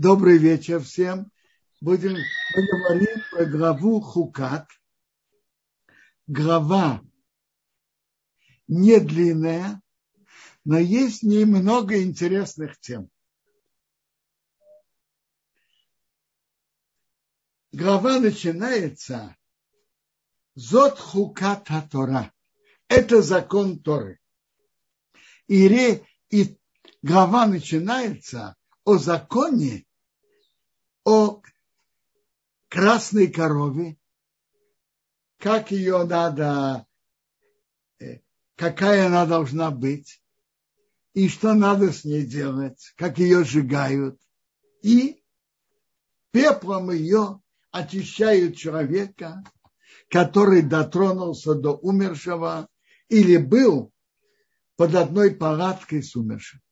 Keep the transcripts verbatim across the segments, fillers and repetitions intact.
Добрый вечер всем. Будем поговорить про главу Хукат. Глава не длинная, но есть в ней много интересных тем. Глава начинается «Зот Хукат ха-Тора». Это закон Торы. И, ре, и глава начинается о законе, о красной корове, как ее надо, какая она должна быть, и что надо с ней делать, как ее сжигают. И пеплом ее очищают человека, который дотронулся до умершего или был под одной палаткой с умершим.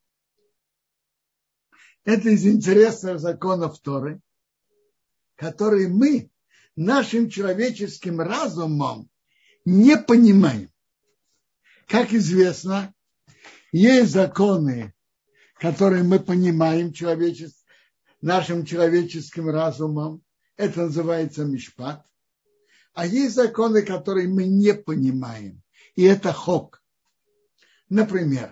Это из интересных законов Торы, которые мы нашим человеческим разумом не понимаем. Как известно, есть законы, которые мы понимаем человечес... нашим человеческим разумом. Это называется мишпат. А есть законы, которые мы не понимаем. И это хок. Например,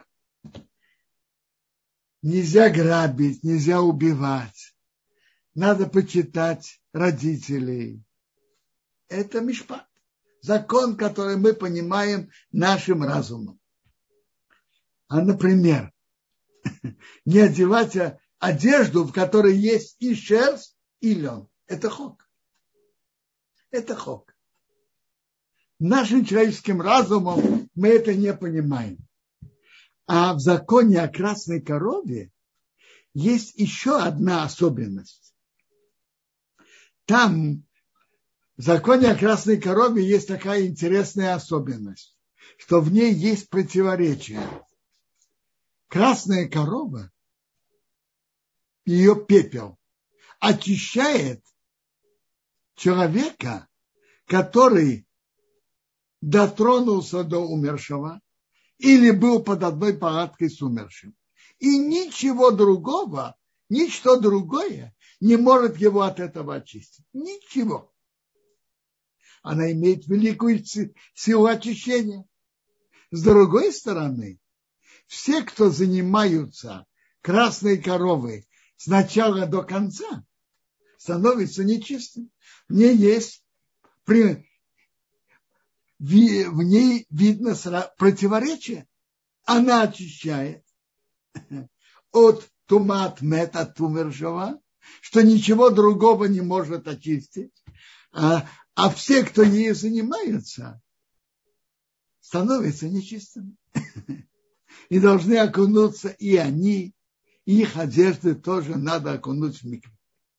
нельзя грабить, нельзя убивать. Надо почитать родителей. Это мишпат. Закон, который мы понимаем нашим разумом. А, например, не одевать одежду, в которой есть и шерсть, и лен. Это хок. Это хок. Нашим человеческим разумом мы это не понимаем. А в законе о красной корове есть еще одна особенность. Там в законе о красной корове есть такая интересная особенность, что в ней есть противоречие. Красная корова, ее пепел, очищает человека, который дотронулся до умершего или был под одной палаткой с умершим. И ничего другого, ничто другое не может его от этого очистить. Ничего. Она имеет великую силу очищения. С другой стороны, все, кто занимаются красной коровой с начала до конца, становятся нечистыми. В ней есть, в ней видно противоречие. Она очищает от тумат мет, от умершего, что ничего другого не может очистить. А, а все, кто ею занимаются, становятся нечистыми. И должны окунуться и они, и их одежды тоже надо окунуть в микве.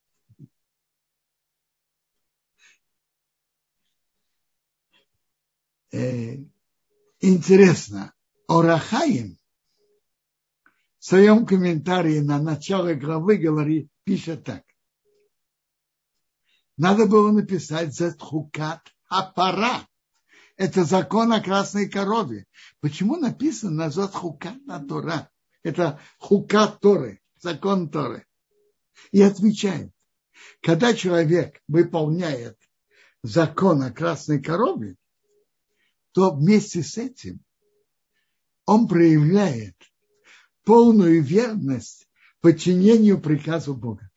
Э, интересно, Ор ха-Хаим в своем комментарии на начало главы говорит, пишет так. Надо было написать «Зет хукат ха-Пара». Это закон о красной корове. Почему написано «Зет хукат ха-Тора»? Это хукат Торы, закон Торы. И отвечает, когда человек выполняет закон о красной корове, то вместе с этим он проявляет полную верность подчинению приказу Бога.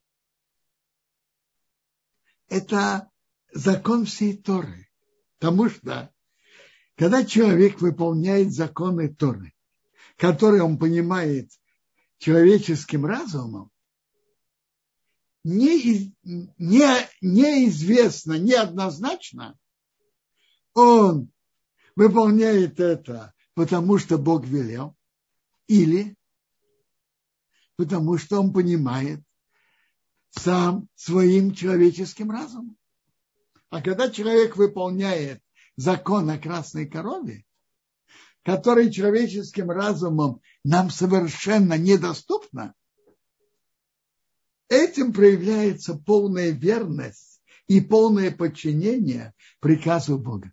Это закон всей Торы. Потому что, когда человек выполняет законы Торы, которые он понимает человеческим разумом, не, не, неизвестно, неоднозначно, он выполняет это, потому что Бог велел, или потому что он понимает сам своим человеческим разумом. А когда человек выполняет закон о красной корове, который человеческим разумом нам совершенно недоступно, этим проявляется полная верность и полное подчинение приказу Бога.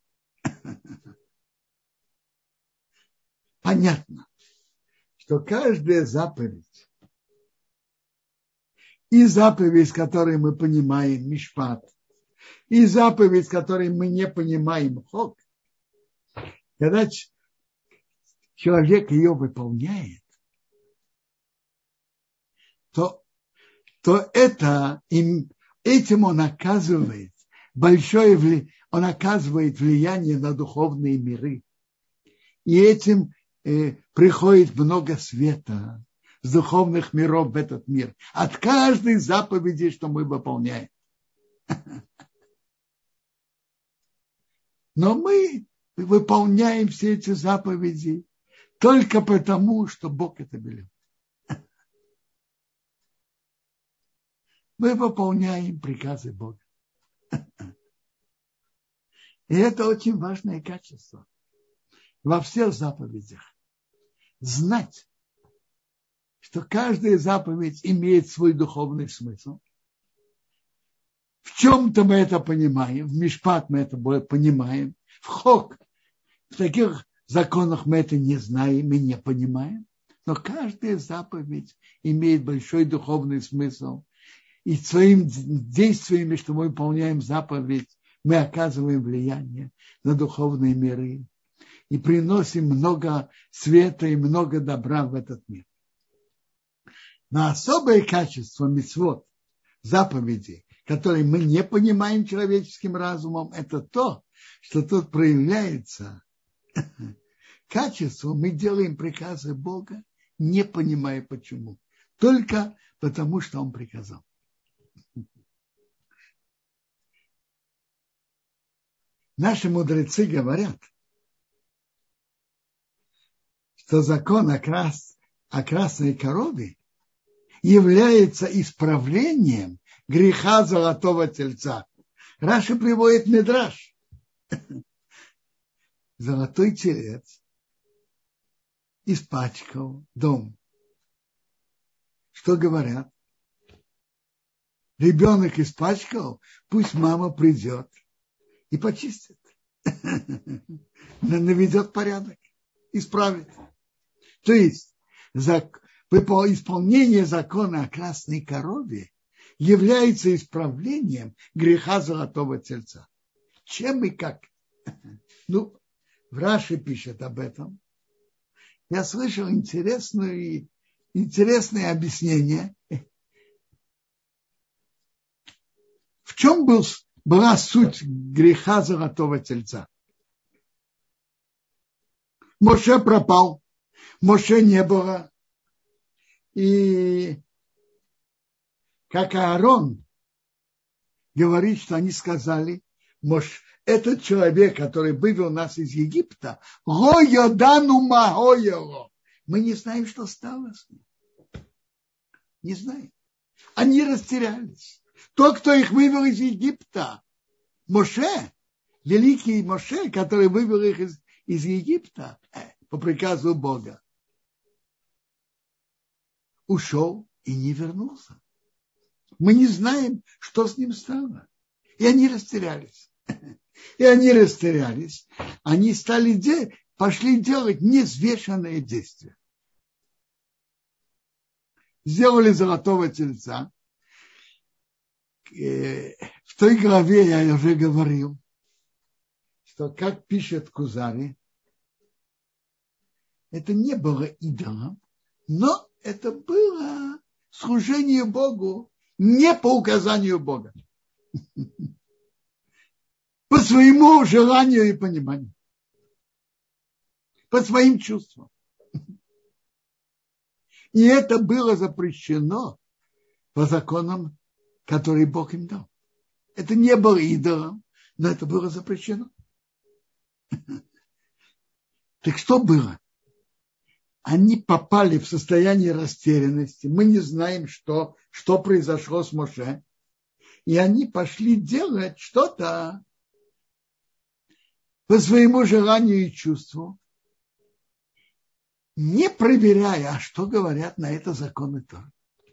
Понятно, что каждая заповедь И заповедь, которую мы понимаем, мишпат, и заповедь, которую мы не понимаем, хок. Когда человек ее выполняет, то, то это, им, этим он оказывает большое влияние, он оказывает влияние на духовные миры. И этим э, приходит много света с духовных миров в этот мир. От каждой заповеди, что мы выполняем. Но мы выполняем все эти заповеди только потому, что Бог это велел. Мы выполняем приказы Бога. И это очень важное качество во всех заповедях. Знать, что каждая заповедь имеет свой духовный смысл. В чем-то мы это понимаем, в мишпат мы это понимаем, в хок, в таких законах мы это не знаем и не понимаем, но каждая заповедь имеет большой духовный смысл, и своими действиями, что мы выполняем заповедь, мы оказываем влияние на духовные миры и приносим много света и много добра в этот мир. Но особое качество мицвот, заповедей, которые мы не понимаем человеческим разумом, это то, что тут проявляется качество. Мы делаем приказы Бога, не понимая почему. Только потому, что Он приказал. Наши мудрецы говорят, что закон о, крас... о красной корове является исправлением греха золотого тельца. Раши приводит мидраш. Золотой телец испачкал дом. Что говорят? Ребенок испачкал, пусть мама придет и почистит. Наведет порядок, исправит. То есть исполнение закона о красной корове является исправлением греха золотого тельца. Чем и как? Ну, в Раши пишет об этом. Я слышал интересное, интересное объяснение. В чем был, была суть греха золотого тельца? Моше пропал, Моше не было. И как Аарон говорит, что они сказали, Мош, этот человек, который вывел нас из Египта, мы не знаем, что стало с ним. Не знаем. Они растерялись. Тот, кто их вывел из Египта, Моше, великий Моше, который вывел их из, из Египта по приказу Бога, ушел и не вернулся. Мы не знаем, что с ним стало. И они растерялись. И они растерялись. Они стали де- пошли делать невзвешенные действия. Сделали золотого тельца. В той главе я уже говорил, что, как пишет Кузари, это не было идолом, но это было служение Богу не по указанию Бога. По своему желанию и пониманию. По своим чувствам. И это было запрещено по законам, которые Бог им дал. Это не было идолом, но это было запрещено. Так что было? Они попали в состояние растерянности. Мы не знаем, что, что произошло с Моше. И они пошли делать что-то по своему желанию и чувству, не проверяя, а что говорят на это законы Торы.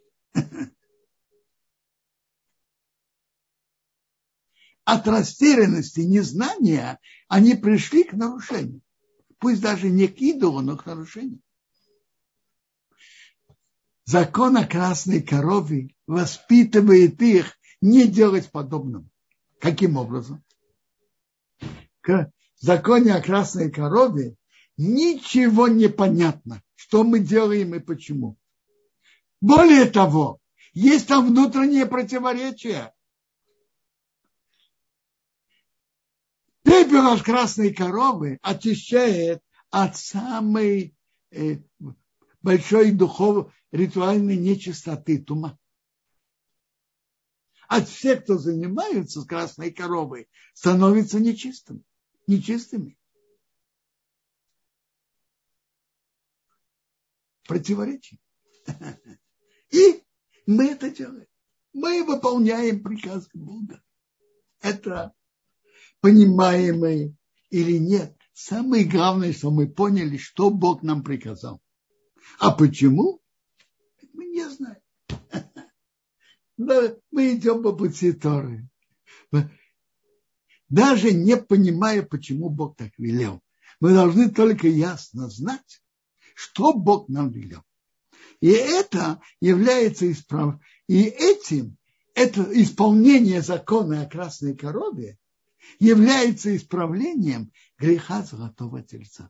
От растерянности, незнания они пришли к нарушению. Пусть даже не к идолу, но к нарушению. Закон о красной корове воспитывает их не делать подобного. Каким образом? В законе о красной корове ничего не понятно, что мы делаем и почему. Более того, есть там внутреннее противоречие. Пепел от красной коровы очищает от самой э, большой духовной ритуальной нечистоты тума. От всех, кто занимается красной коровой, становятся нечистыми. нечистыми. Противоречие. И мы это делаем. Мы выполняем приказ Бога. Это понимаемый или нет. Самое главное, что мы поняли, что Бог нам приказал. А почему? Мы не знаем. Да, мы идем по пути Торы. Даже не понимая, почему Бог так велел. Мы должны только ясно знать, что Бог нам велел. И это является исправ... И этим, это исполнение закона о красной корове является исправлением греха золотого тельца.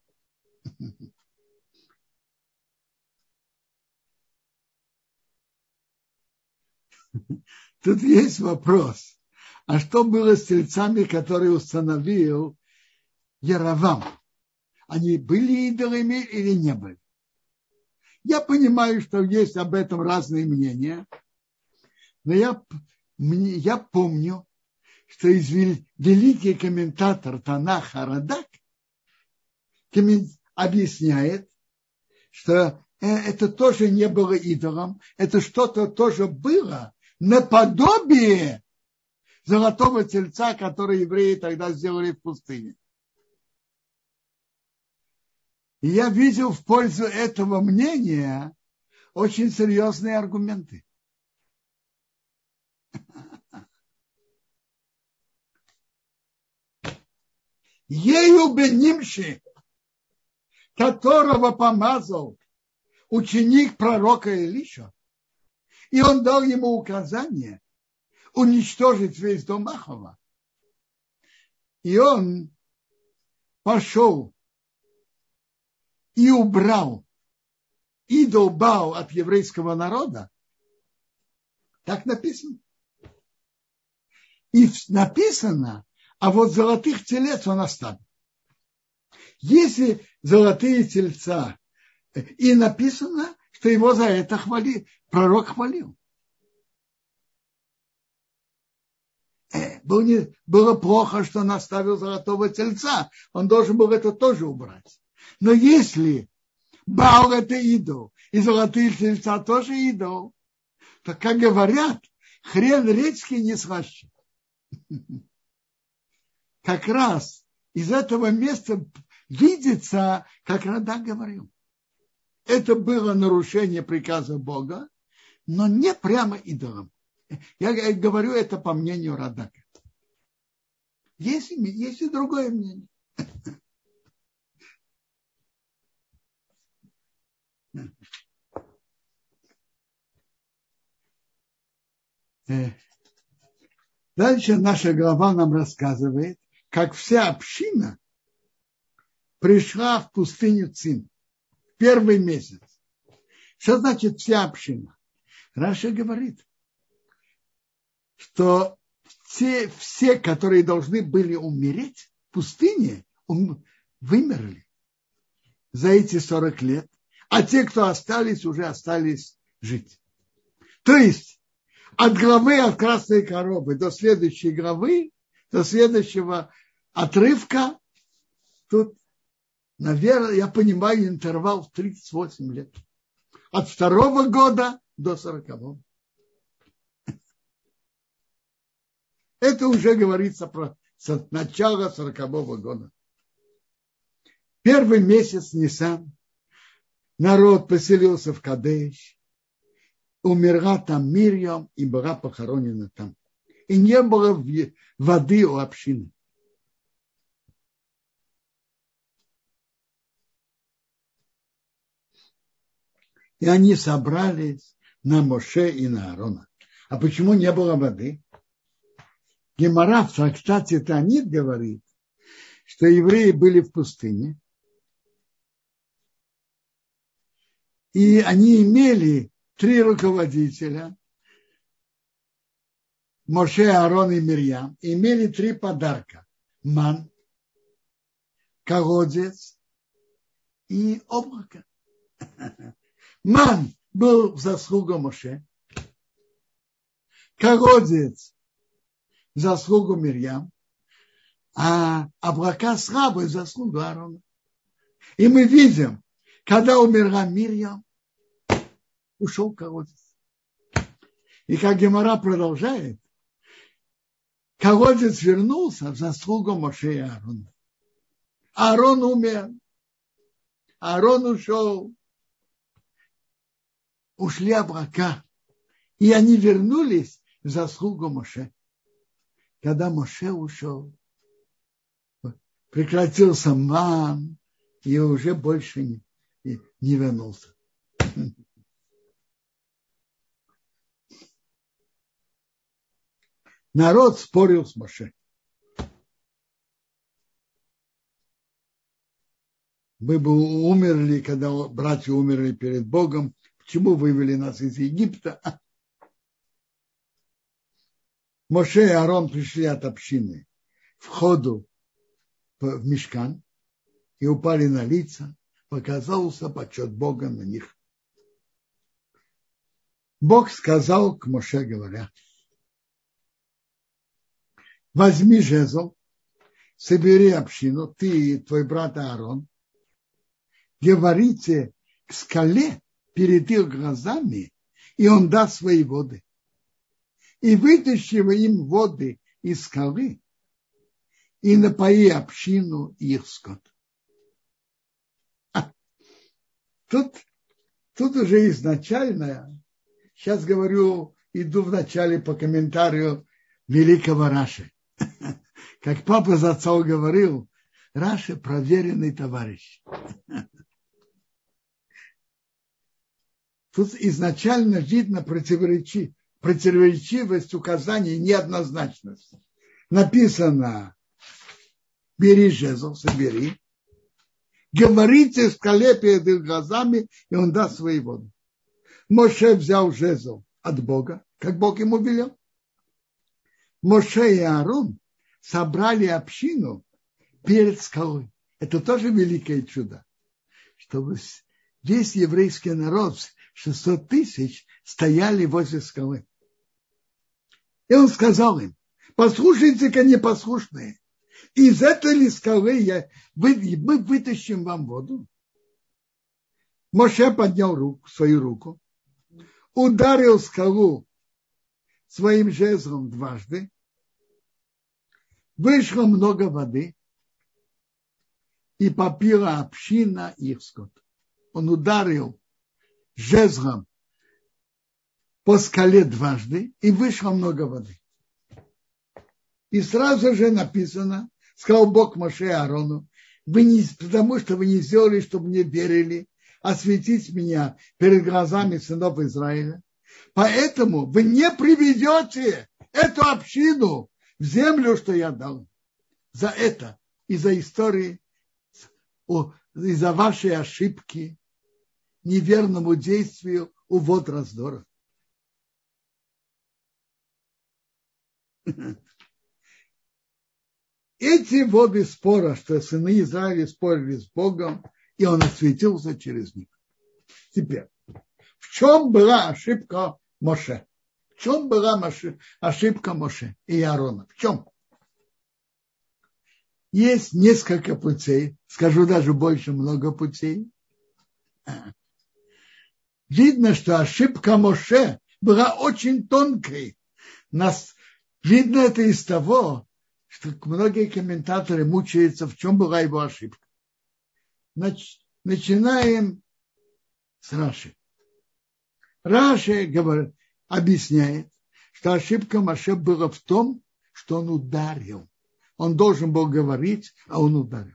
Тут есть вопрос. А что было с тельцами, которые установил Яровам? Они были идолами или не были? Я понимаю, что есть об этом разные мнения, но я, я помню, что из великий комментатор Танаха Радак объясняет, что это тоже не было идолом, это что-то тоже было наподобие золотого тельца, который евреи тогда сделали в пустыне. И я видел в пользу этого мнения очень серьезные аргументы. Ею бенимши, которого помазал ученик пророка Илиша, и он дал ему указание уничтожить весь дом Ахава. И он пошел и убрал идол Баал от еврейского народа. Так написано. И написано, а вот золотых телец он оставил. Если золотые тельца, и написано, что его за это хвалил, пророк хвалил. Было, не, было плохо, что он оставил золотого тельца, он должен был это тоже убрать. Но если Баал это идол, и золотые тельца тоже идол, то, как говорят, хрен редьки не слаще. Как раз из этого места видится, как Радак говорил. Это было нарушение приказа Бога, но не прямо идолом. Я говорю это по мнению Радака. Есть, есть и другое мнение. Дальше наша глава нам рассказывает, как вся община пришла в пустыню Цин в первый месяц. Что значит вся община? Раша говорит, что все, все, которые должны были умереть в пустыне, ум, вымерли за эти сорок лет, а те, кто остались, уже остались жить. То есть от главы от красной коровы до следующей главы, до следующего отрывка, тут, наверное, я понимаю, интервал в тридцать восемь лет. От второго года до сорокового. Это уже говорится про начало сорокового года. Первый месяц Нисан народ поселился в Кадеш, умерла там Мирьям и была похоронена там. И не было воды у общины. И они собрались на Моше и на Аарона. А почему не было воды? Гемара в трактате Таанит говорит, что евреи были в пустыне, и они имели три руководителя, Моше, Аарон и Мирьям, и имели три подарка. Ман, колодец и облако. Ман был в заслугу Моше, колодец в заслугу Мирьям, а облака с рабой в заслугу Аарона. И мы видим, когда умерла Мирьям, ушел колодец. И как Гемара продолжает, колодец вернулся в заслугу Моше и Аарона. Аарон умер, Аарон ушел, ушли облака, и они вернулись в заслугу Моше. Когда Моше ушел, прекратился ман, и уже больше не, не вернулся. Народ спорил с Моше. Мы бы умерли, когда братья умерли перед Богом. Почему вывели нас из Египта? Моше и Аарон пришли от общины в входу в Мишкан и упали на лица. Показался почет Бога на них. Бог сказал к Моше, говоря: возьми жезл, собери общину, ты и твой брат Аарон, говорите к скале перед их глазами, и он даст свои воды. И вытащи им воды из скалы, и напои общину и их скот. А, тут, тут уже изначально, сейчас говорю, иду вначале по комментарию великого Раши. Как папа Зацал говорил, Раши проверенный товарищ. Тут изначально видно противоречи, противоречивость указаний, неоднозначность. Написано: бери жезл, собери, говорите скале перед их глазами, и он даст свои воды. Моше взял жезл от Бога, как Бог ему велел. Моше и Аарон собрали общину перед скалой. Это тоже великое чудо, чтобы весь еврейский народ, шестьсот тысяч, стояли возле скалы. И он сказал им: послушайте-ка, непослушные, из этой ли скалы я, вы, мы вытащим вам воду. Моше поднял руку, свою руку, ударил скалу своим жезлом дважды, вышло много воды, и попила община их скот. Он ударил жезлом по скале дважды, и вышло много воды. И сразу же написано, сказал Бог Моше и Аарону: вы не, потому что вы не сделали, чтобы мне верили, осветить меня перед глазами сынов Израиля, поэтому вы не приведете эту общину в землю, что я дал. За это, из-за истории, из-за вашей ошибки, неверному действию, увод раздоров. Эти воды спора, что сыны Израиля спорили с Богом, и он осветился через них. Теперь, в чем была ошибка Моше? В чем была ошибка Моше и Аарона? В чем? Есть несколько путей, скажу даже больше, много путей. Видно, что ошибка Моше была очень тонкой. Нас, видно это из того, что многие комментаторы мучаются, в чем была его ошибка. Нач, начинаем с Раши. Раши говорит, объясняет, что ошибка Моше была в том, что он ударил. Он должен был говорить, а он ударил.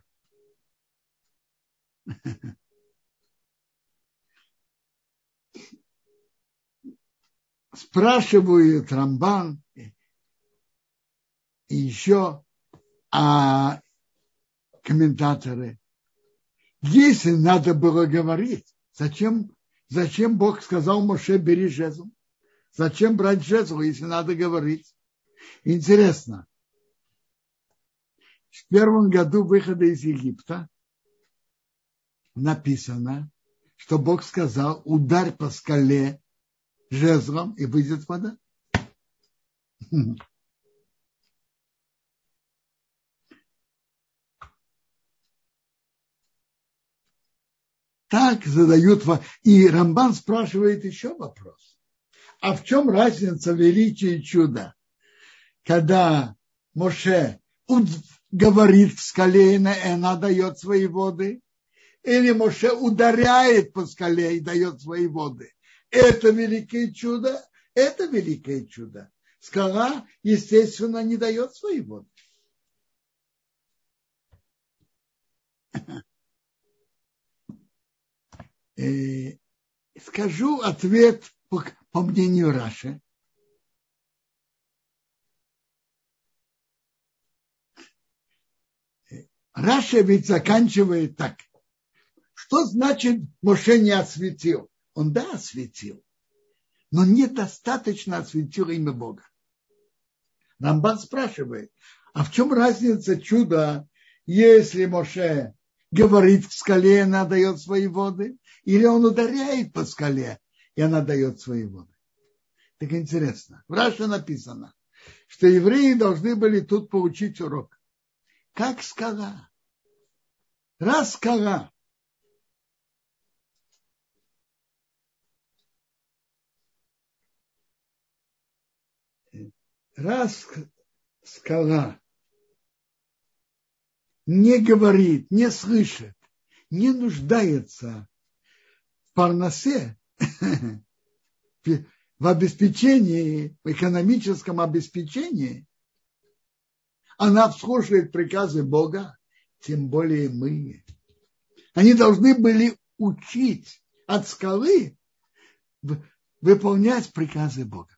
спрашивают Рамбан и еще а, комментаторы, если надо было говорить, зачем, зачем Бог сказал Моше, бери жезл? Зачем брать жезл, если надо говорить? Интересно. В первом году выхода из Египта написано, что Бог сказал, ударь по скале жезлом, и выйдет вода. Так задают. И Рамбан спрашивает еще вопрос. А в чем разница величия чуда? Когда Моше говорит в скале, и она дает свои воды, или Моше ударяет по скале и дает свои воды. Это великое чудо, это великое чудо. Скала, естественно, не дает свои воды. И скажу ответ по, по мнению Раши. Раша ведь заканчивает так. Что значит Моше не осветил? Он, да, осветил, но недостаточно осветил имя Бога. Рамбан спрашивает, а в чем разница чуда, если Моше говорит в скале, и она дает свои воды, или он ударяет по скале, и она дает свои воды? Так интересно. В Раше написано, что евреи должны были тут получить урок. Как скала. Раз скала раз скала не говорит, не слышит, не нуждается в парнасе, в обеспечении, в экономическом обеспечении, она слушает приказы Бога, тем более мы. Они должны были учить от скалы выполнять приказы Бога.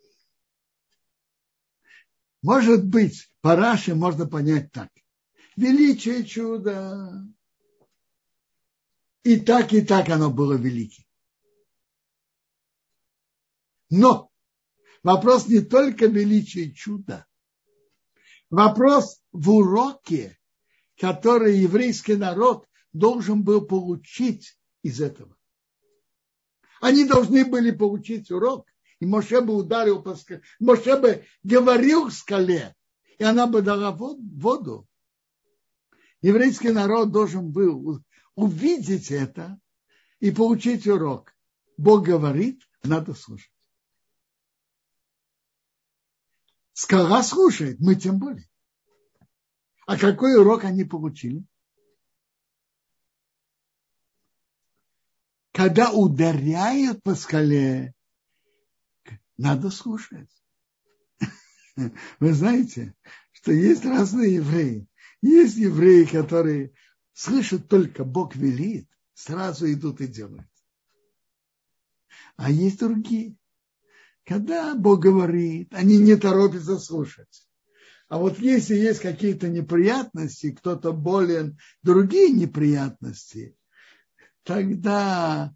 Может быть, по Раши можно понять так. Величие чуда. И так, и так оно было великим. Но вопрос не только величие чуда. Вопрос в уроке, который еврейский народ должен был получить из этого. Они должны были получить урок. И Моше бы ударил по скале. Моше бы говорил в скале, и она бы дала воду. Еврейский народ должен был увидеть это и получить урок. Бог говорит, надо слушать. Скала слушает, мы тем более. А какой урок они получили? Когда ударяют по скале, надо слушать. Вы знаете, что есть разные евреи. Есть евреи, которые слышат только Бог велит, сразу идут и делают. А есть другие. Когда Бог говорит, они не торопятся слушать. А вот если есть какие-то неприятности, кто-то болен, другие неприятности, тогда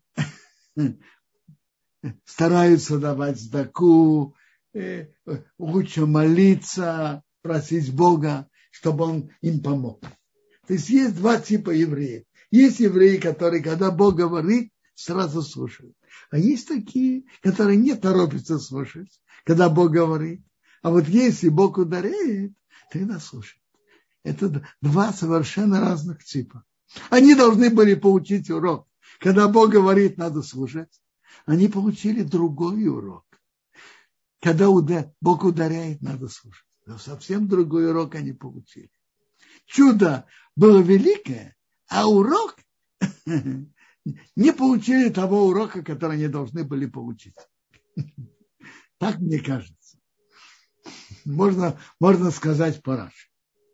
стараются давать сдаку, лучше молиться, просить Бога, чтобы Он им помог. То есть есть два типа евреев. Есть евреи, которые, когда Бог говорит, сразу слушают. А есть такие, которые не торопятся слушать, когда Бог говорит. А вот если Бог ударяет, тогда слушают. Это два совершенно разных типа. Они должны были получить урок. Когда Бог говорит, надо слушать. Они получили другой урок. Когда удар, Бог ударяет, надо слушать. Но совсем другой урок они получили. Чудо было великое, а урок не получили того урока, который они должны были получить. Так мне кажется. Можно, можно сказать по-раши.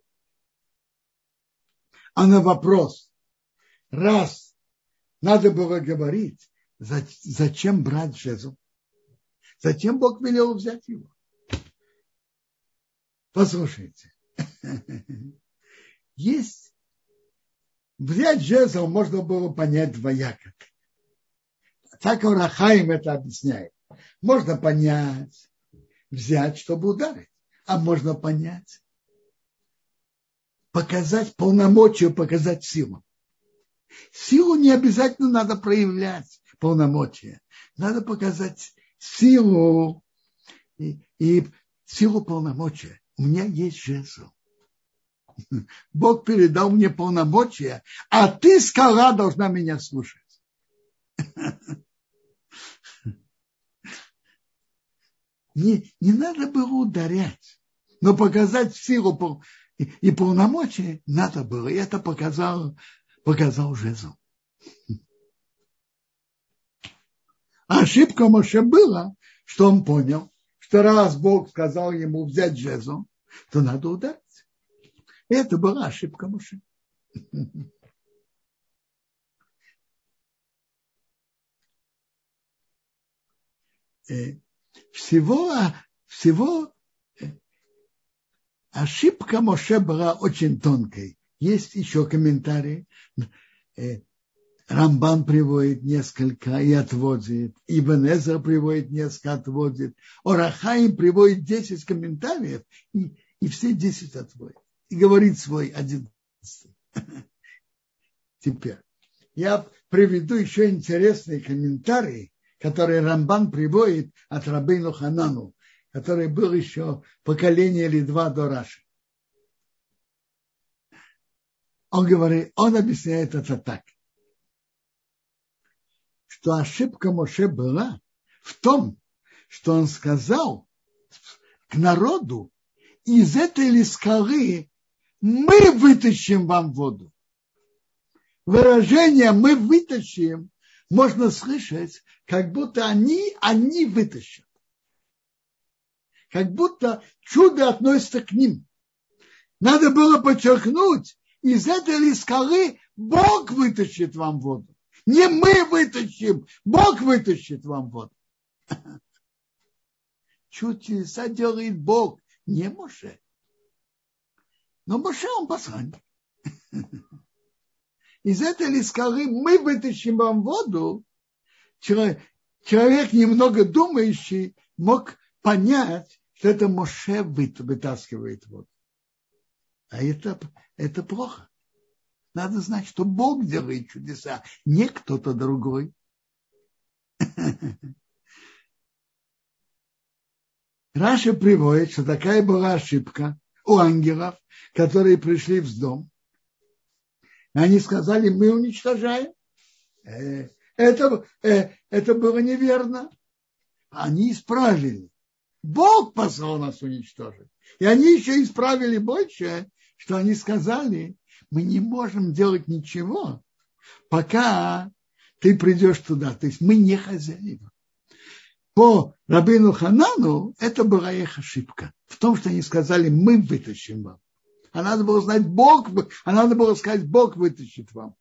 А на вопрос, раз надо было говорить, зачем брать жезл? Затем Бог велел взять его. Послушайте. Есть. Взять жезл можно было понять двояко. Так Ор ха-Хаим это объясняет. Можно понять, взять, чтобы ударить. А можно понять, показать полномочия, показать силу. Силу не обязательно надо проявлять, полномочия. Надо показать силу и, и силу полномочия. У меня есть жезл. Бог передал мне полномочия, а ты, скала, должна меня слушать. Не, не надо было ударять, но показать силу и, и полномочия надо было. И это показал, показал жезл. А ошибка Моше была, что он понял, что раз Бог сказал ему взять жезл, то надо ударить. И это была ошибка Моше. Всего, всего ошибка Моше была очень тонкой. Есть еще комментарии. Рамбан приводит несколько и отводит. Ибн Эзра приводит несколько, отводит. Ор ха-Хаим приводит десять комментариев и, и все десять отводит. И говорит свой одиннадцатый. Теперь я приведу еще интересные комментарии, которые Рамбан приводит от Рабейну Ханану, который был еще поколение или два до Раши. Он говорит, он объясняет это так, что ошибка Моше была в том, что он сказал к народу, из этой ли скалы мы вытащим вам воду. Выражение «мы вытащим» можно слышать, как будто они, они вытащат. Как будто чудо относится к ним. Надо было подчеркнуть, из этой ли скалы Бог вытащит вам воду. Не мы вытащим, Бог вытащит вам воду. Чудеса делает Бог, не Моше. Но Моше он посланник. Из этой ли скалы мы вытащим вам воду. Человек, человек немного думающий мог понять, что это Моше вытаскивает воду. А это, это плохо. Надо знать, что Бог делает чудеса, не кто-то другой. Раша приводит, что такая была ошибка у ангелов, которые пришли в дом. Они сказали, мы уничтожаем. Это, это было неверно. Они исправили. Бог послал нас уничтожить. И они еще исправили больше, что они сказали, мы не можем делать ничего, пока ты придешь туда. То есть мы не хозяева. По Рабейну Ханану это была их ошибка. В том, что они сказали, мы вытащим вам. А надо было знать, Бог, а надо было сказать, Бог вытащит вам.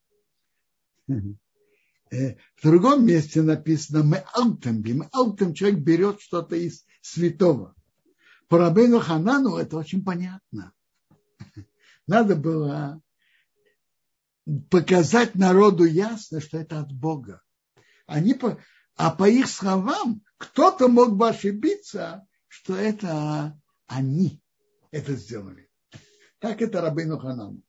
В другом месте написано, мы алтамби, мы алтам, человек берет что-то из святого. По Рабейну Ханану это очень понятно. Надо было показать народу ясно, что это от Бога. Они по, а по их словам, кто-то мог бы ошибиться, что это они это сделали. Так это Рабейну Ханану.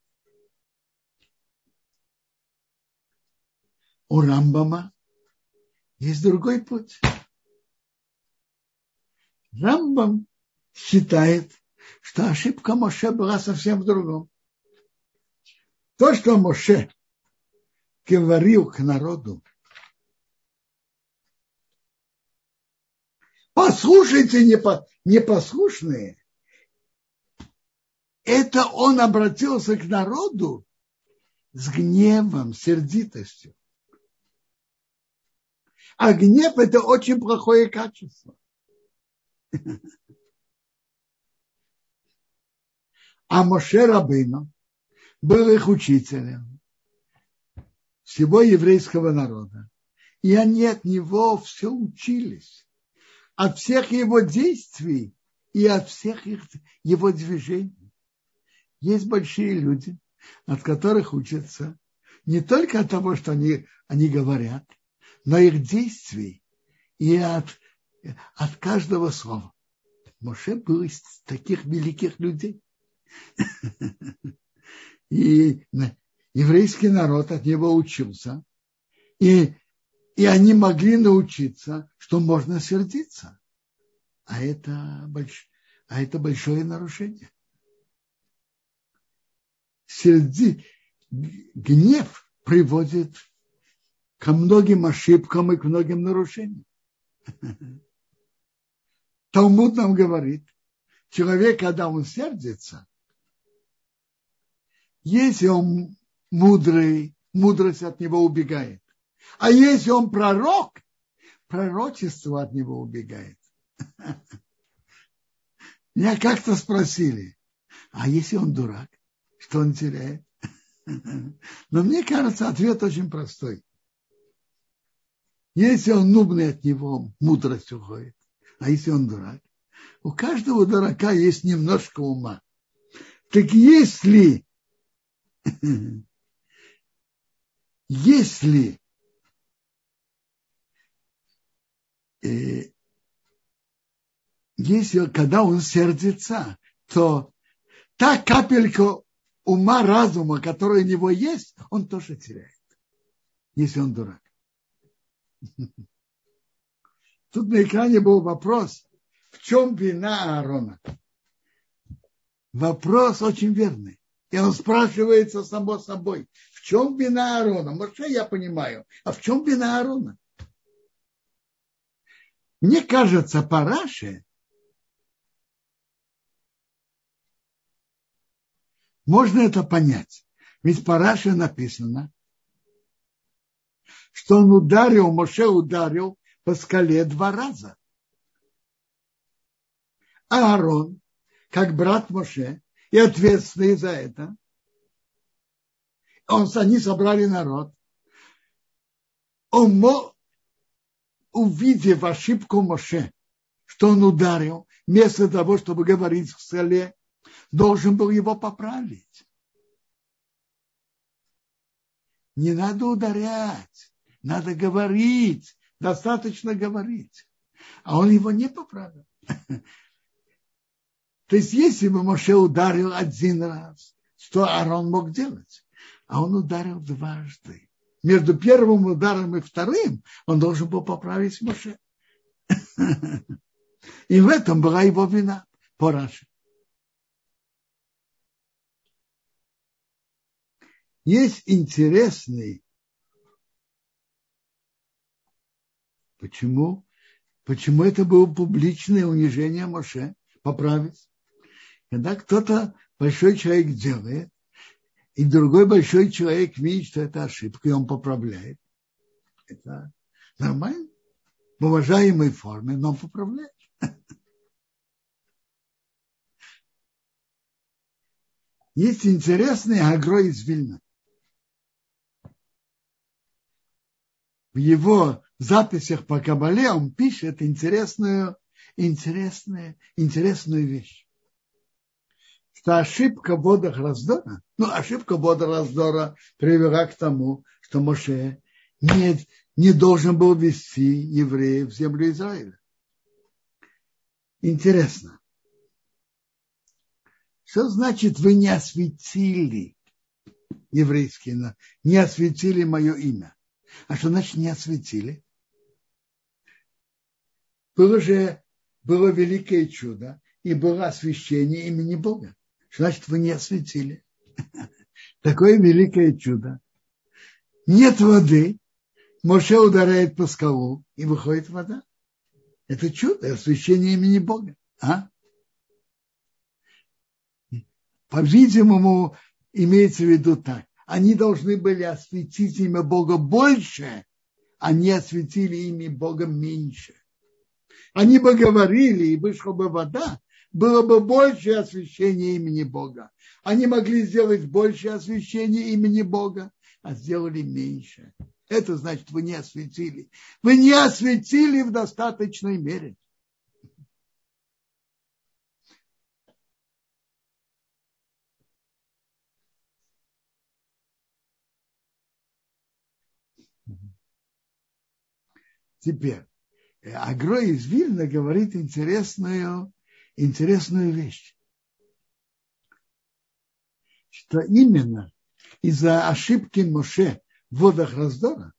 У Рамбама есть другой путь. Рамбам считает, что ошибка Моше была совсем в другом. То, что Моше говорил к народу, послушайте, непослушные, это он обратился к народу с гневом, сердитостью. А гнев – это очень плохое качество. А Моше Рабейну был их учителем всего еврейского народа. И они от него все учились. от всех его действий и от всех их, его движений. Есть большие люди, от которых учатся не только от того, что они, они говорят, но их действий и от, от каждого слова. Моше был из таких великих людей. И еврейский народ от него учился. И, и они могли научиться, что можно сердиться. А это, больш, а это большое нарушение. Серди, гнев приводит ко многим ошибкам и к многим нарушениям. Талмуд нам говорит, человек, когда он сердится, если он мудрый, мудрость от него убегает. А если он пророк, пророчество от него убегает. Меня как-то спросили, а если он дурак, что он теряет? Но мне кажется, ответ очень простой. Если он нудный, от него мудрость уходит. А если он дурак? У каждого дурака есть немножко ума. Так если, если э, если, когда он сердится, то та капелька ума, разума, которая у него есть, он тоже теряет, если он дурак. Тут на экране был вопрос, в чем вина Аарона? Вопрос очень верный. И он спрашивается само собой, в чем вина Аарона? Может, я понимаю, а в чем вина Аарона? Мне кажется, по Раши можно это понять. Ведь по Раши написано, что он ударил, Моше ударил по скале два раза. А Аарон, как брат Моше, и ответственный за это, он, они собрали народ, он мог, увидев ошибку Моше, что он ударил, вместо того, чтобы говорить в скале, должен был его поправить. Не надо ударять, надо говорить, достаточно говорить. А он его не поправил. То есть, если бы Моше ударил один раз, что Аарон мог делать? А он ударил дважды. Между первым ударом и вторым он должен был поправить Моше. И в этом была его вина по Раши. Есть интересный, почему, почему это было публичное унижение Моше, поправить. Когда кто-то, большой человек делает, и другой большой человек видит, что это ошибка, и он поправляет. Это нормально, в уважаемой форме, но он поправляет. Есть интересный Агро из Вильна. В его записях по Кабале он пишет интересную, интересную, интересную вещь. Что ошибка в водах раздора, ну, ошибка в водах раздора привела к тому, что Моше не, не должен был вести евреев в землю Израиля. Интересно. Что значит вы не осветили еврейские, не осветили мое имя? А что значит не осветили? Было же, было великое чудо, и было освящение имени Бога. Что значит вы не осветили? Такое великое чудо. Нет воды, Моше ударяет по скалу, и выходит вода. Это чудо, освящение имени Бога. А? По-видимому, имеется в виду так. Они должны были осветить имя Бога больше, а не осветили имя Бога меньше. Они бы говорили, и вышла бы вода, было бы больше освящения имени Бога. Они могли сделать больше освящения имени Бога, а сделали меньше. Это значит, вы не осветили. Вы не осветили в достаточной мере. Теперь, Агро из Вильна говорит интересную, интересную вещь, что именно из-за ошибки Моше в водах раздора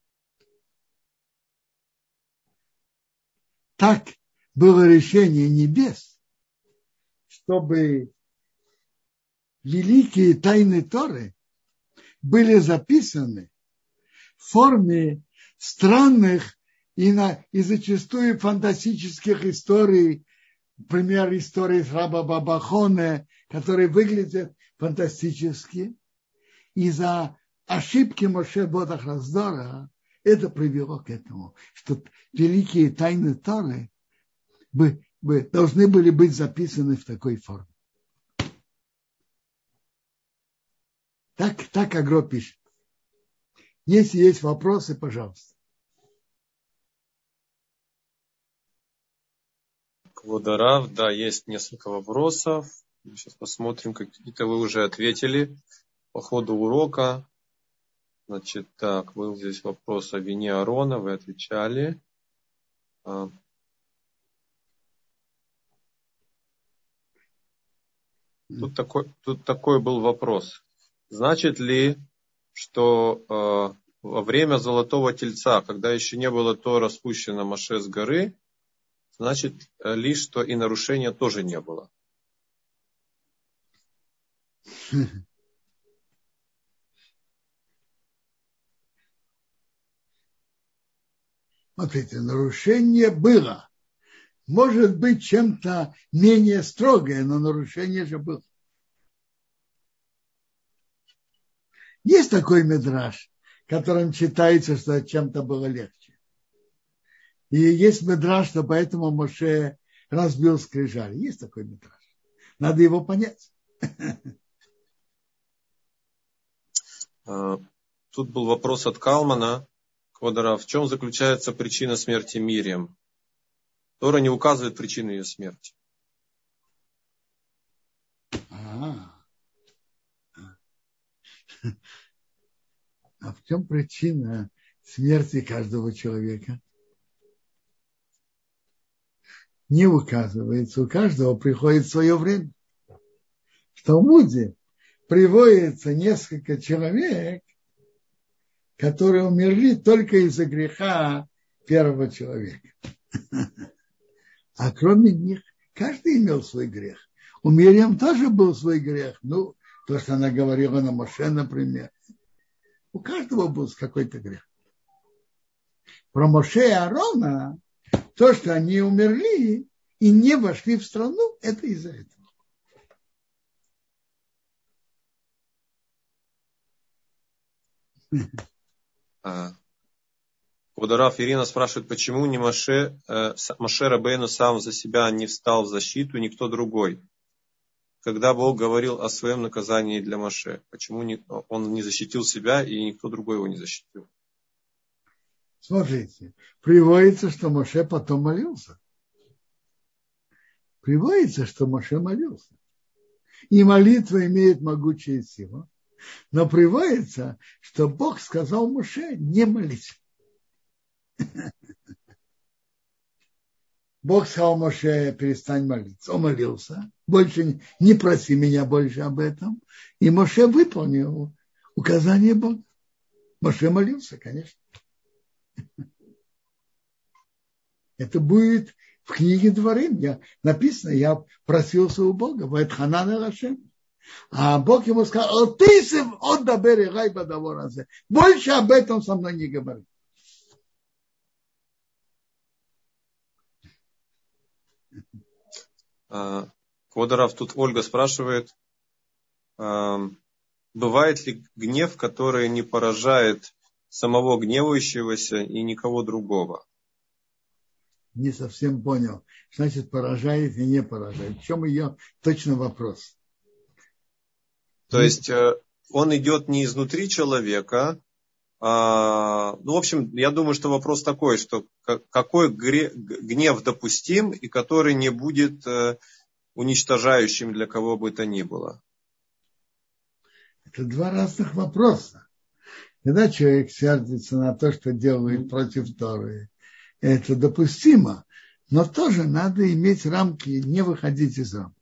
так было решение небес, чтобы великие тайны Торы были записаны в форме странных и, на, и зачастую фантастических историй, например, истории с раба Бабахоне, которые выглядят фантастически. Из-за ошибки Моше в водах раздора это привело к этому, что великие тайны Торы бы, бы, должны были быть записаны в такой форме. Так, так Агро пишет. Если есть вопросы, пожалуйста. Кводарав, да, есть несколько вопросов. Сейчас посмотрим, какие-то вы уже ответили по ходу урока. Значит, так, был здесь вопрос о вине Аарона, вы отвечали. Тут такой, тут такой был вопрос. Значит ли, что э, во время Золотого Тельца, когда еще не было Тора спущено Моше с горы, значит ли, что и нарушения тоже не было? Смотрите, нарушение было. Может быть, чем-то менее строгое, но нарушение же было. Есть такой мидраш, которым читается, что чем-то было легче. И есть мидраш, что поэтому Моше разбил скрижали. Есть такой мидраш. Надо его понять. Тут был вопрос от Калмана. Квадара, в чем заключается причина смерти Мирьям? Тора не указывает причину ее смерти. А, а в чем причина смерти каждого человека? Не указывается. У каждого приходит свое время. В Талмуде приводится несколько человек, которые умерли только из-за греха первого человека. А кроме них, каждый имел свой грех. У Мирьям тоже был свой грех. Ну, то, что она говорила на Моше, например. У каждого был какой-то грех. Про Моше и Аарона, то, что они умерли и не вошли в страну, это из-за этого. А, Квадарав, Ирина спрашивает, почему не Моше, э, Моше Рабейну сам за себя не встал в защиту, никто другой? Когда Бог говорил о своем наказании для Моше, почему не, он не защитил себя и никто другой его не защитил? Смотрите, приводится, что Моше потом молился. Приводится, что Моше молился. И молитва имеет могучую силу. Но приводится, что Бог сказал Моше не молиться. Бог сказал Моше, перестань молиться. Он молился. Больше не проси меня больше об этом. И Моше выполнил указание Бога. Моше молился, конечно. Это будет в книге Дворим. Я, написано, я просился у Бога. Ваэт ханан эль Ашем. А Бог ему сказал, больше об этом со мной не говори. Квадарав, тут Ольга спрашивает, бывает ли гнев, который не поражает самого гневающегося и никого другого? Не совсем понял. Значит, поражает и не поражает. В чем ее точно вопрос? То есть он идет не изнутри человека. А, ну, в общем, я думаю, что вопрос такой, что какой гнев допустим и который не будет уничтожающим для кого бы то ни было. Это два разных вопроса. Когда человек сердится на то, что делает против Торы, это допустимо, но тоже надо иметь рамки, не выходить из рамок.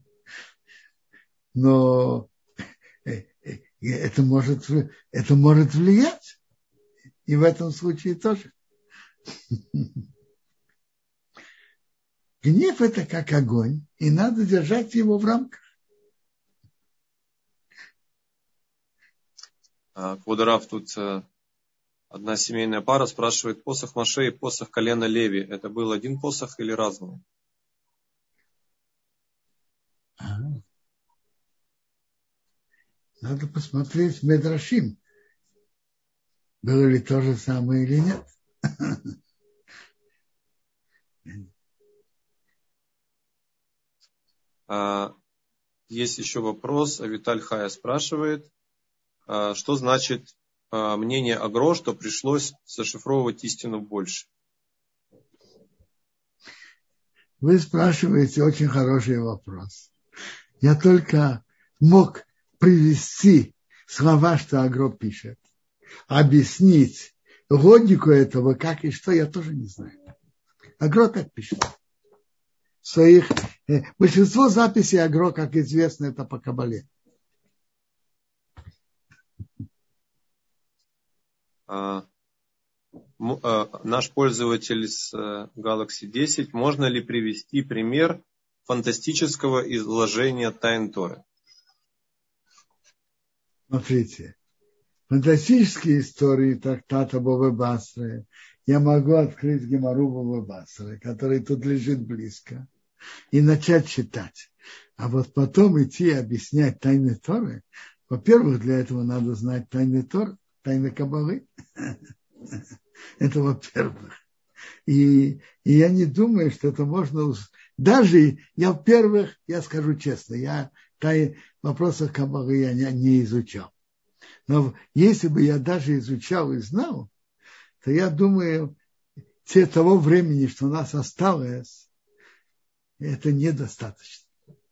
Но это может, это может влиять. И в этом случае тоже. Гнев – это как огонь, и надо держать его в рамках. Кводрав, тут одна семейная пара спрашивает, посох Моше и посох колена Леви, это был один посох или разный? Ага. Надо посмотреть Медрашим. Было ли то же самое или нет. Есть еще вопрос. Виталь Хая спрашивает, что значит мнение Агро, что пришлось зашифровывать истину больше? Вы спрашиваете очень хороший вопрос. Я только мог привести слова, что Агро пишет. Объяснить логику этого, как и что, я тоже не знаю. Агро так пишет. Своих, э, большинство записей Агро, как известно, это по Кабале. А, а, наш пользователь с Galaxy десять, можно ли привести пример фантастического изложения тайн Торы? Смотрите, фантастические истории трактата Бавы Басры я могу открыть Гемару Бавы Басры, который тут лежит близко, и начать читать. А вот потом идти объяснять тайны Торы, во-первых, для этого надо знать тайны Торы, тайны Кабалы. Это во-первых. И, и я не думаю, что это можно... Даже я, во-первых, я скажу честно, я тай, вопросах Кабалы я не, не изучал. Но если бы я даже изучал и знал, то я думаю, те того времени, что у нас осталось, это недостаточно.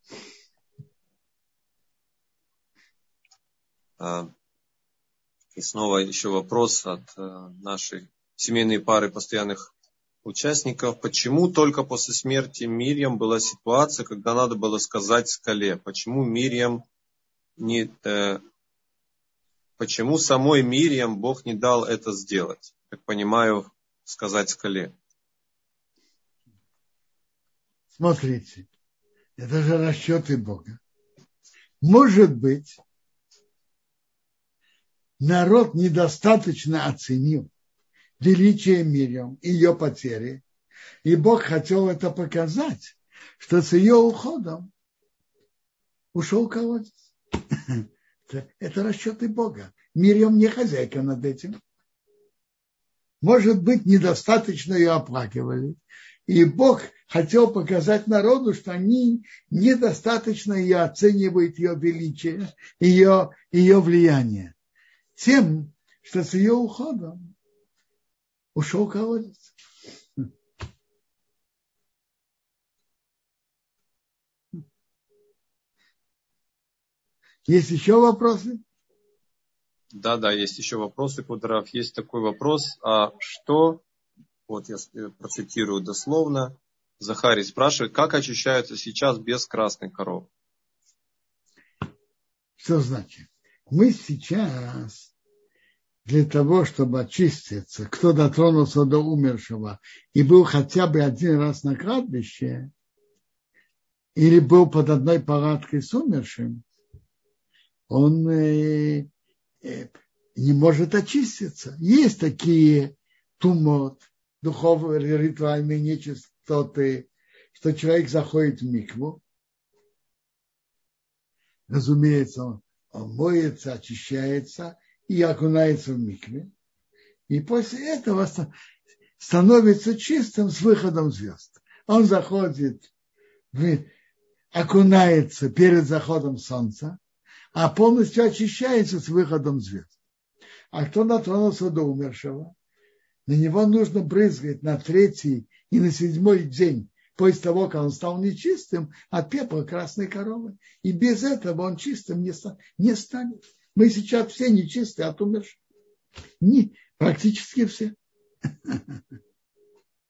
И снова еще вопрос от нашей семейной пары постоянных участников. Почему только после смерти Мирьям была ситуация, когда надо было сказать скале? Почему Мирьям не... Э, почему самой Мирьям Бог не дал это сделать? Как понимаю, сказать скале. Смотрите, это же расчеты Бога. Может быть, народ недостаточно оценил величие Мирьям, ее потери, и Бог хотел это показать, что с ее уходом ушел колодец. Это расчеты Бога. Мирьям не хозяйка над этим. Может быть, недостаточно ее оплакивали. И Бог хотел показать народу, что они недостаточно ее оценивают, ее величие, ее, ее влияние. Тем, что с ее уходом ушел колодец. Есть еще вопросы? Да, да, есть еще вопросы, Кудрав. Есть такой вопрос. А что, вот я процитирую дословно, Захарий спрашивает, как очищаются сейчас без красной коровы? Что значит? Мы сейчас для того, чтобы очиститься, кто дотронулся до умершего и был хотя бы один раз на кладбище, или был под одной палаткой с умершим, он э, э, не может очиститься. Есть такие тумот, духовные, ритуальные нечистоты, что человек заходит в микву, разумеется, он, он моется, очищается и окунается в микве, и после этого становится чистым с выходом звезд. Он заходит, в, окунается перед заходом солнца, а полностью очищается с выходом звезд. А кто дотронулся до умершего, на него нужно брызгать на третий и на седьмой день после того, как он стал нечистым, от пепла красной коровы. И без этого он чистым не, не станет. Мы сейчас все нечистые от умерших. Не, практически все.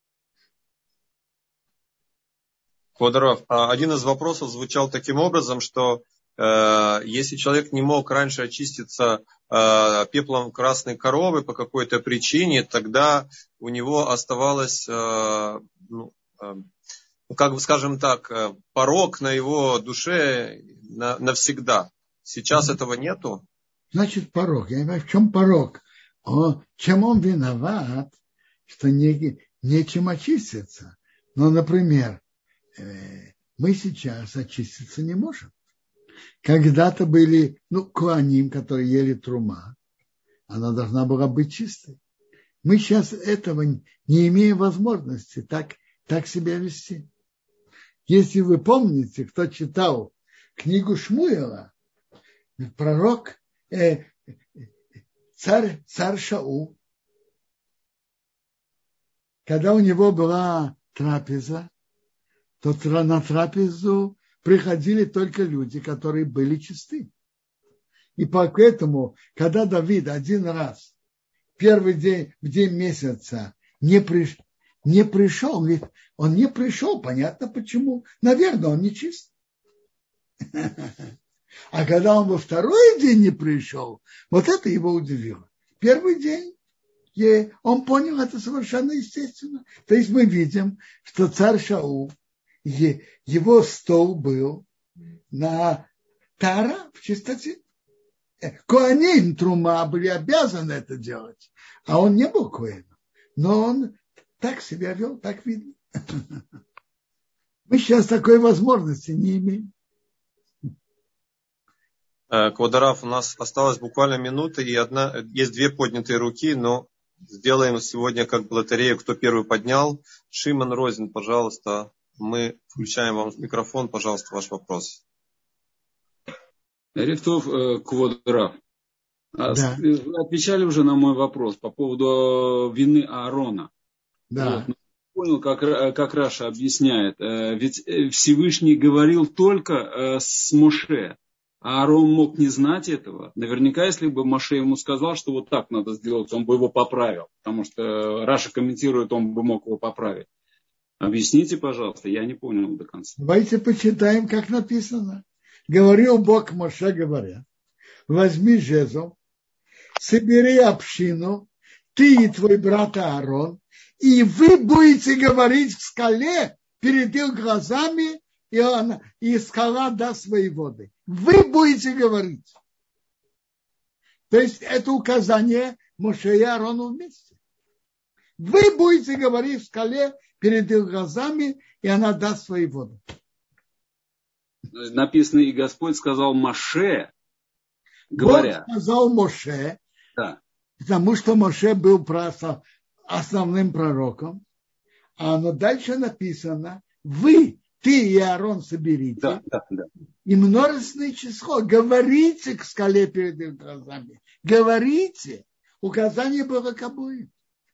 Квадров, один из вопросов звучал таким образом, что э, если человек не мог раньше очиститься э, пеплом красной коровы по какой-то причине, тогда у него оставалось, э, ну, э, как бы скажем так, э, порок на его душе на, навсегда. Сейчас mm-hmm. этого нету? Значит, порок. Я не знаю, в чем порок. Он, чем он виноват, что не, нечем очиститься. Ну, например, мы сейчас очиститься не можем. Когда-то были, ну, коаним, которые ели трума, она должна была быть чистой. Мы сейчас этого не имеем возможности так, так себя вести. Если вы помните, кто читал книгу Шмуэла, пророк, э, царь, царь Шаул, когда у него была трапеза, то на трапезу приходили только люди, которые были чисты. И поэтому, когда Давид один раз, первый день, в день месяца, не, приш, не пришел, он говорит, он не пришел, понятно почему. Наверное, он не чист. А когда он во второй день не пришел, вот это его удивило. Первый день, он понял это совершенно естественно. То есть мы видим, что царь Шаул, его стол был на тара в чистоте. Коаним, трума были обязаны это делать, а он не был коэном. Но он так себя вел, так видно. Мы сейчас такой возможности не имеем. Квадрав, у нас осталась буквально минута, и одна, есть две поднятые руки, но сделаем сегодня как лотерею, кто первый поднял. Шимон Розин, пожалуйста. Мы включаем вам микрофон, пожалуйста, ваш вопрос. Рифтов Квадрав. Да. Вы отвечали уже на мой вопрос по поводу вины Аарона. Да. Вот. Понял, как, как Раша объясняет. Ведь Всевышний говорил только с Моше. А Аарон мог не знать этого. Наверняка, если бы Моше ему сказал, что вот так надо сделать, он бы его поправил. Потому что Раша комментирует, он бы мог его поправить. Объясните, пожалуйста, я не понял до конца. Давайте почитаем, как написано. Говорил Бог Моше, говоря, возьми жезл, собери общину, ты и твой брат Аарон, и вы будете говорить в скале перед их глазами, и, он, и скала даст свои воды. Вы будете говорить. То есть это указание Моше и Аарону вместе. Вы будете говорить в скале перед их глазами, и она даст свои воды. Написано, и Господь сказал Моше, говоря. Бог сказал Моше, да. Потому что Моше был основным пророком. А но дальше написано, вы, ты и Аарон соберите, да, да, да. и множественное число. Говорите к скале перед их глазами. Говорите. Указание было к обоим.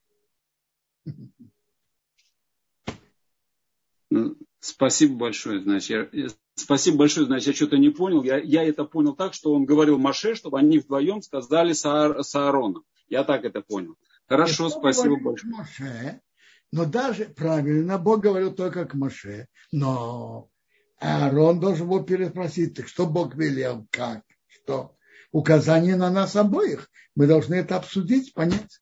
Спасибо большое, значит, я, спасибо большое, значит, я что-то не понял. Я, я это понял так, что он говорил Моше, чтобы они вдвоем сказали с, Аар, с Аароном. Я так это понял. Хорошо, спасибо большое. Моше, но даже правильно, Бог говорил только к Моше, но Аарон должен был переспросить, так что Бог велел, как, что? Указание на нас обоих. Мы должны это обсудить, понять.